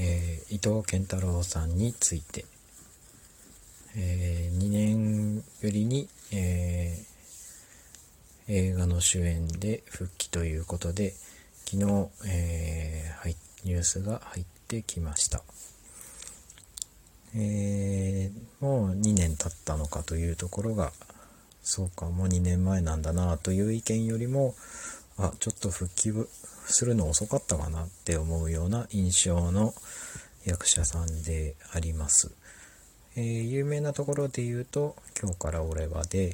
伊藤健太郎さんについて、2年ぶりに、映画の主演で復帰ということで昨日、ニュースが入ってきました。もう2年経ったのかというところが、そうかもう2年前なんだなという意見よりも、ちょっと復帰するの遅かったかなって思うような印象の役者さんであります。有名なところで言うと今日から俺はで、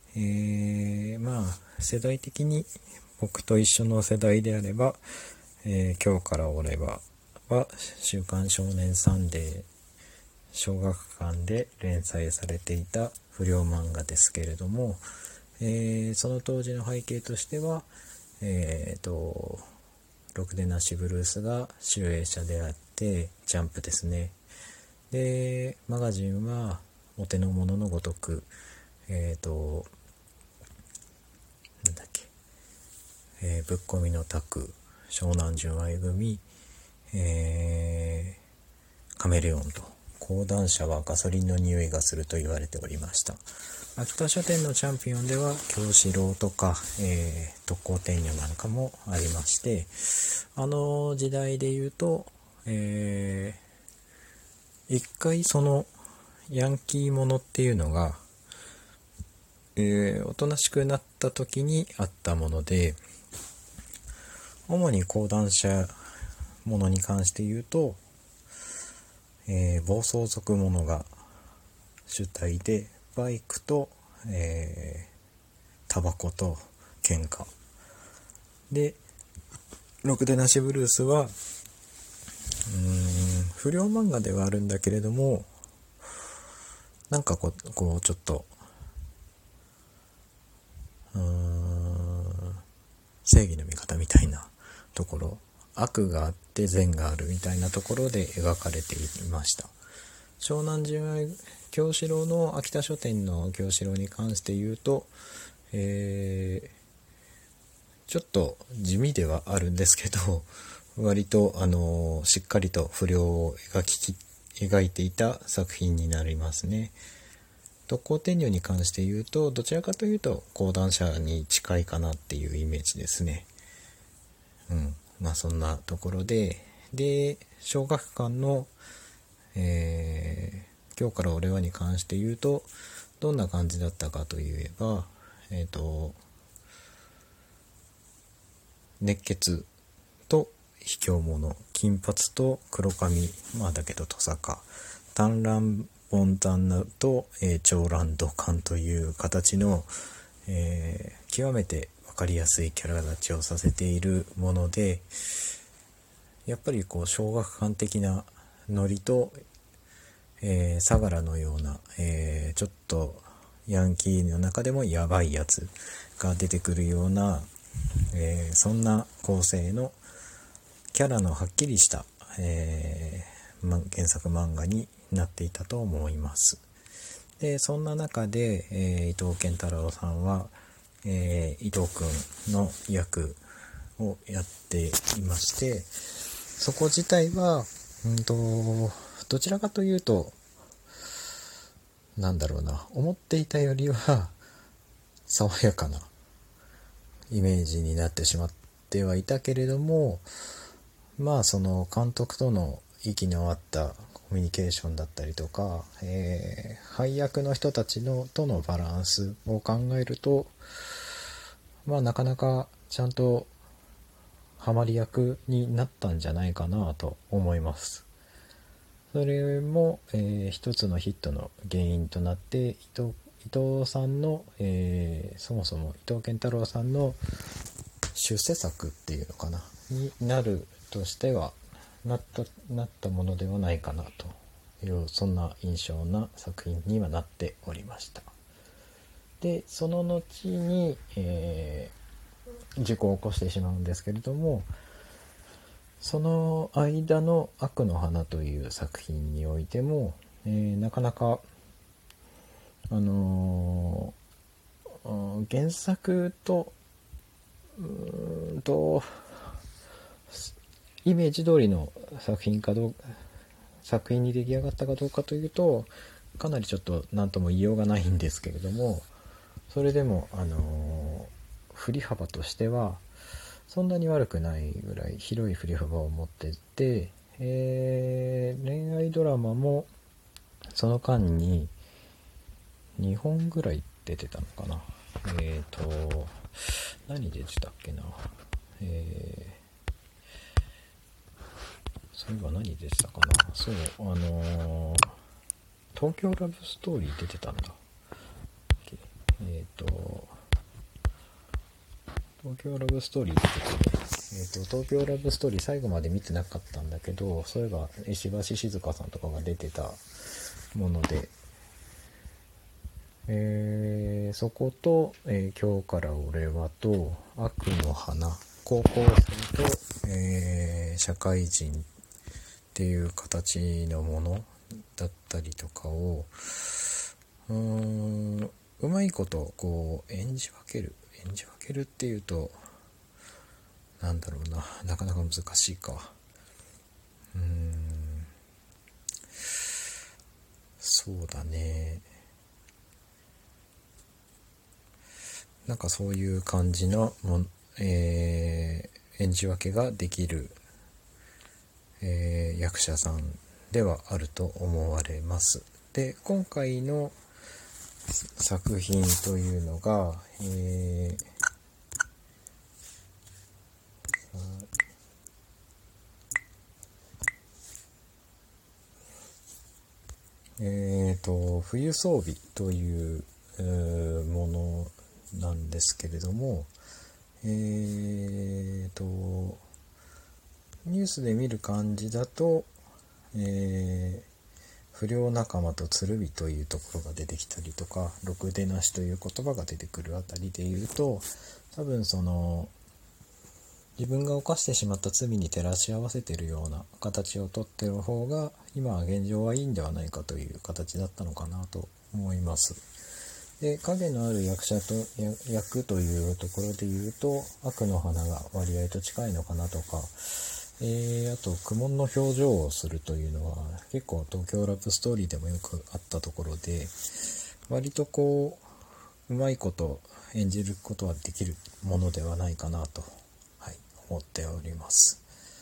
世代的に僕と一緒の世代であれば、今日から俺は週刊少年サンデー小学館で連載されていた不良漫画ですけれども、その当時の背景としては、ろくでなしブルースが集英社であってジャンプですね。でマガジンはお手の物のごとく、ぶっこみのタク、湘南純愛組、カメレオンと講談社はガソリンの匂いがすると言われておりました。秋田書店のチャンピオンでは京志郎とか、特攻天女なんかもありまして、あの時代で言うと、一回そのヤンキーものっていうのが、おとなしくなった時にあったもので、主に講談社ものに関して言うと、暴走族ものが主体で、バイクと、タバコと喧嘩で、ろくでなしブルースは不良漫画ではあるんだけれども、なんかこうちょっと正義の味方みたいなところ、悪があって善があるみたいなところで描かれていました。湘南純愛京志郎の秋田書店の京志郎に関して言うと、ちょっと地味ではあるんですけど、割としっかりと不良を描いていた作品になりますね。特攻天女に関して言うと、どちらかというと講談社に近いかなっていうイメージですね。そんなところで、小学館の、今日から俺はに関して言うと、どんな感じだったかといえば、熱血と卑怯者、金髪と黒髪、だけどトサカ、短乱凡旦と、長乱土管という形の、極めて分かりやすいキャラ立ちをさせているもので、やっぱり小学館的なノリと、相良のような、ちょっとヤンキーの中でもヤバいやつが出てくるような、そんな構成のキャラのはっきりした、原作漫画になっていたと思います。でそんな中で、伊藤健太郎さんは、伊藤くんの役をやっていまして、そこ自体はどちらかというと思っていたよりは爽やかなイメージになってしまってはいたけれども、その監督との息の合ったコミュニケーションだったりとか、配役の人たちとのバランスを考えると、なかなかちゃんとハマり役になったんじゃないかなと思います。それも、一つのヒットの原因となって伊藤さんの、そもそも伊藤健太郎さんの出世作っていうのかなになるとしてはなったものではないかなという、そんな印象な作品にはなっておりました。でその後に、事故を起こしてしまうんですけれども、その間の悪の花という作品においても、なかなか原作とイメージ通りの作品に出来上がったかどうかというと、かなりちょっと何とも言いようがないんですけれども、それでも振り幅としてはそんなに悪くないぐらい広い振り幅を持ってて、恋愛ドラマもその間に2本ぐらい出てたのかな。何出てたっけな。そういえば何出てたかな。そう、東京ラブストーリー出てたんだ。東京ラブストーリー出てて、東京ラブストーリー最後まで見てなかったんだけど、そういえば石橋静香さんとかが出てたもので、そこと、今日から俺はと悪の花、高校生と、社会人っていう形のものだったりとかをうまいことこう演じ分けるっていうとなんだろうな、なかなか難しいか。そうだね、なんかそういう感じの演じ分けができる、役者さんではあると思われます。で、今回の作品というのが、冬装備というものなんですけれども、ニュースで見る感じだと、不良仲間と鶴見というところが出てきたりとか、ろくでなしという言葉が出てくるあたりで言うと、多分その自分が犯してしまった罪に照らし合わせているような形をとっている方が今は現状はいいんではないかという形だったのかなと思います。で、影のある役というところで言うと、悪の花が割合と近いのかなとか、あと苦悶の表情をするというのは結構東京ラブストーリーでもよくあったところで、割とこううまいこと演じることはできるものではないかなと、思っております。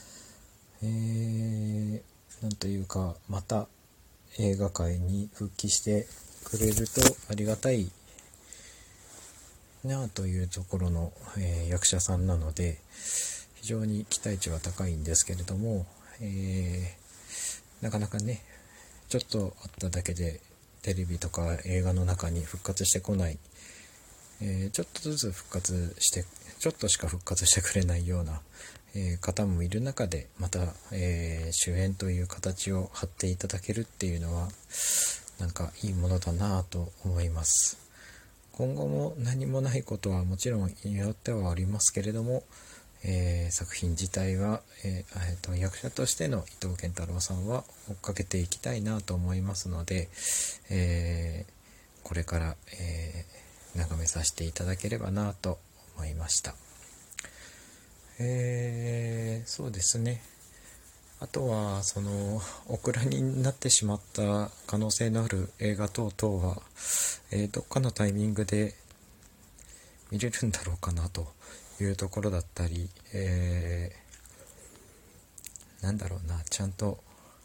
なんというか、また映画界に復帰してくれるとありがたいなというところの、役者さんなので、非常に期待値は高いんですけれども、なかなかね、ちょっとあっただけでテレビとか映画の中に復活してこない、ちょっとずつちょっとしか復活してくれないような、方もいる中で、また、主演という形を張っていただけるっていうのはなんかいいものだなと思います。今後も何もないことはもちろん祈ってはおりますけれども、作品自体は、役者としての伊藤健太郎さんは追っかけていきたいなと思いますので、これから、眺めさせていただければなと思いました。そうですね。あとはそのお蔵になってしまった可能性のある映画等々は、どっかのタイミングで見れるんだろうかなというところだったり、なんだろうな、ちゃんと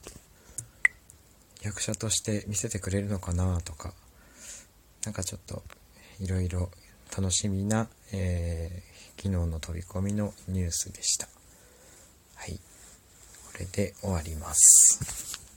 役者として見せてくれるのかなとか、なんかちょっといろいろ楽しみな、昨日の飛び込みのニュースでした。はい、これで終わります。